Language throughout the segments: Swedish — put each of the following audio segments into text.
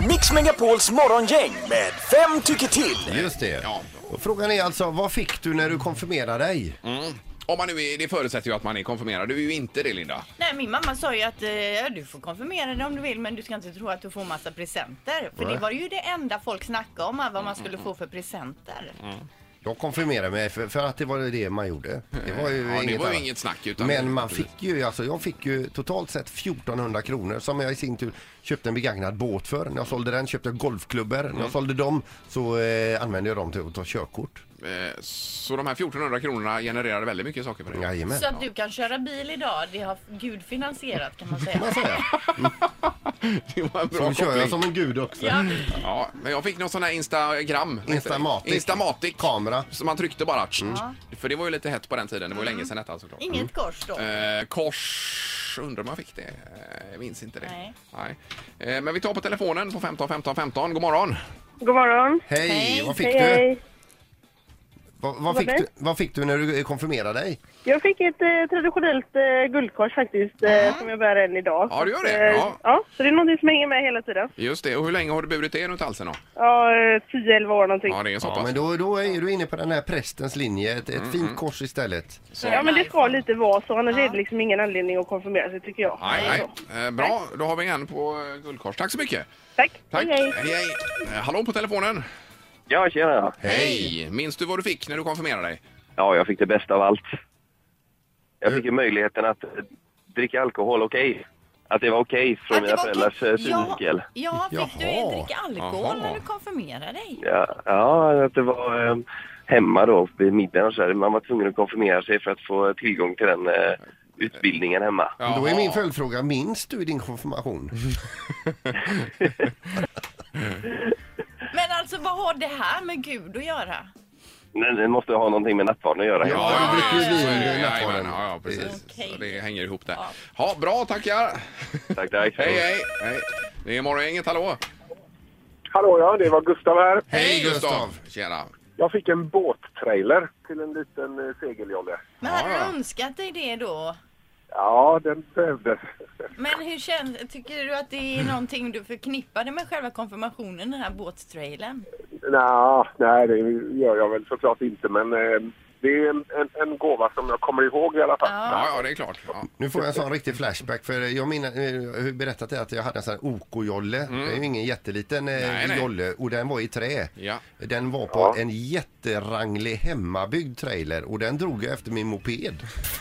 Mix Megapols morgongäng med 5 tycker till. Just det. Ja. Och frågan är alltså, vad fick du när du konfirmerade dig? Om man nu är, det förutsätter ju att man är konfirmerad. Du är ju inte det, Linda. Nej, min mamma sa ju att du får konfirmera dig om du vill, men du ska inte tro att du får massa presenter. För det var ju det enda folk snackade om, vad man skulle få för presenter. Jag konfirmerade mig för att det var det man gjorde. Det var ju inget snack. Utan men man fick ju, alltså jag fick ju totalt sett 1400 kronor som jag i sin tur köpte en begagnad båt för. När jag sålde den köpte jag golfklubbor. När jag sålde dem så använde jag dem till att ta körkort. Så de här 1400 kronorna genererade väldigt mycket saker för dig? Jajamän. Så att du kan köra bil idag, det har Gud finansierat, kan man säga. Det var en bra Så kör jag koppling. som en gud också. Ja. Ja, men jag fick någon sån här Instamatic kamera som man tryckte bara. För det var ju lite hett på den tiden. Det var ju länge sedan detta såklart. Inget kors då. Kors, undrar om jag fick det. Jag minns inte det. Nej. Men vi tar på telefonen på 15 15 15. God morgon. God morgon. Hej, Hej. vad fick Hej, du? hej. Vad fick du när du konfirmerade dig? Jag fick ett traditionellt guldkors faktiskt som jag bär än idag. Ja, du gör det? Ja, så det är någonting som hänger med hela tiden. Just det, och hur länge har du burit det runt halsen då? Ja, 10-11 år någonting. Ja, det är så Ja, pass. men då är du inne på den här prästens linje. Ett fint kors istället. Ja, men det ska lite vara så. Annars är det liksom ingen anledning att konfirmera sig, tycker jag. Nej. Bra, då har vi en på guldkors. Tack så mycket. Tack. Tack. Hej, Hej. Hallå på telefonen. Ja, tjena. Hej. Minns du vad du fick när du konfirmerade dig? Ja, jag fick det bästa av allt. Jag fick ju möjligheten att dricka alkohol okej. Att det var okej från mina föräldrars synvinkel. Ja, fick du dricka alkohol när du konfirmerade dig? Ja, att det var hemma då vid middagen och så här. Man var tvungen att konfirmera sig för att få tillgång till den utbildningen hemma. Jaha. Då är min följdfråga, minns du din konfirmation? Men alltså, vad har det här med Gud att göra? Men det måste ha någonting med nattvarden att göra. Ja, du dricker ju vin i nattvarden. Ja, precis. Okej. Så det hänger ihop där. Ja, bra, tackar. Tack. Hej. Det är morgongänget, hallå. Hallå, ja, det var Gustav här. Hej Gustav. Tjena. Jag fick en båttrailer till en liten segeljolle. Men hade du önskat dig det då? Ja, den behövdes. Men hur tycker du att det är någonting du förknippade med själva konfirmationen, den här båttrailern? Nej, det gör jag väl såklart inte, men det är en gåva som jag kommer ihåg i alla fall. Ja, det är klart. Ja. Nu får jag en sån riktig flashback, för jag har berättat det att jag hade en sån här OK-jolle. Det är ju ingen jätteliten jolle, och den var i trä. Ja. Den var på en jätteranglig hemmabyggd trailer, och den drog jag efter min moped.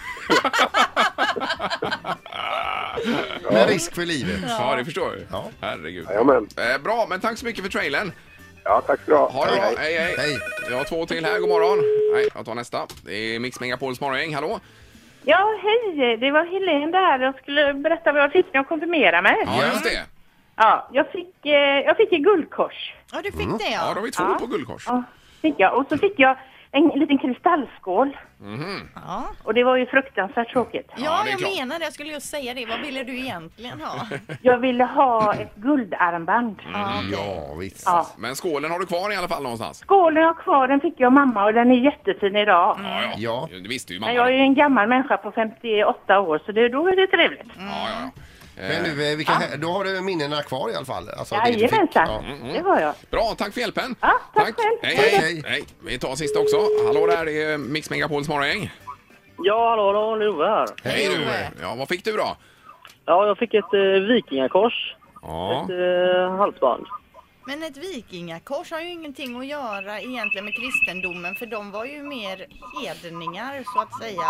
Med risk för livet. Ja, det förstår jag. Ja. Herregud. Jajamän. Bra, men tack så mycket för trailern. Ja, tack så bra. Ha det bra. Hej. Hej. Jag har 2 till här, god morgon. Nej, jag tar nästa. Det är Mix Megapols morgongäng, hallå. Ja, hej. Det var Helene där. Jag skulle berätta vad jag fick när jag konfirmerade mig. Ja, just det. Ja, jag fick ett guldkors. Ja, du fick det, Ja, då har vi 2 på guldkors. Ja, fick jag. Och så fick jag en liten kristallskål. Ja. Och det var ju fruktansvärt tråkigt. Ja, det är jag klart. menar det. Jag skulle just säga det. Vad ville du egentligen ha? Jag ville ha ett guldarmband. Ja, visst. Ja. Men skålen har du kvar i alla fall någonstans? Skålen har kvar, den fick jag av mamma och den är jättefin idag. Ja. Det visste ju Men mamma. jag är ju en gammal människa på 58 år, så då är det trevligt. Ja. Men nu, då har du minnena kvar i alla fall. Alltså, Jajamensan, det har jag. Bra, tack för hjälpen. Ja, tack själv. Hej. Vi tar sista också. Hallå där, det är Mix Megapols morgongäng. Ja, hallå, Love här. Hej du. Ja, vad fick du då? Ja, jag fick ett vikingakors. Ja. Ett halsband. Men ett vikingakors har ju ingenting att göra egentligen med kristendomen, för de var ju mer hedningar, så att säga.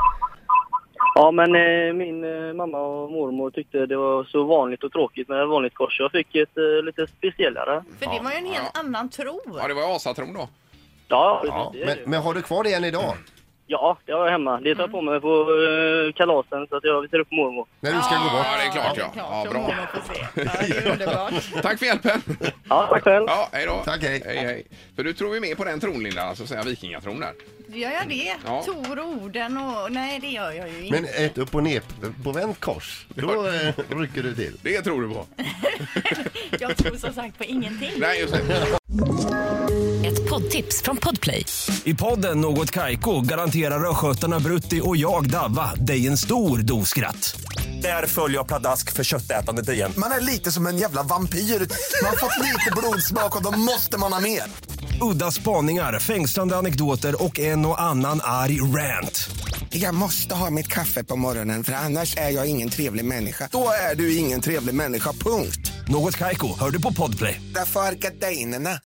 Ja, men min mamma och mormor tyckte det var så vanligt och tråkigt med ett vanligt kors. Jag fick ett lite speciellare. För det var ju en helt annan tro. Ja, det var asatron då. Ja. Men har du kvar det än idag? Ja, det har jag hemma. Det tar jag på mig på kalasen så att jag visar upp mormor. När du ska gå bort? Ja, det är klart. Ja, så bra. mormor får se. Ja, det är underbart. Tack för hjälpen. Ja, tack själv. Ja, hej då. Tack, hej. Hej. För du tror ju mer på den tron, Linda, alltså säga vikingatron där. Gör jag det? Ja. Tor och orden och... Nej, det gör jag ju inte. Men ett upp- och ner på vänt kors, då rycker du till. Det tror du på. Jag tror som sagt på ingenting. Nej, just det. Ett poddtips från Podplay. I podden Något Kaiko garanterar röskötarna Brutti och jag Davva dig en stor doskratt. Där följer jag pladask för köttätandet igen. Man är lite som en jävla vampyr. Man har fått lite blodsmak och då måste man ha mer. Udda spaningar, fängslande anekdoter och en och annan arg rant. Jag måste ha mitt kaffe på morgonen för annars är jag ingen trevlig människa. Då är du ingen trevlig människa, punkt. Något Kaiko, hör du på Podplay. Därför är gardinerna.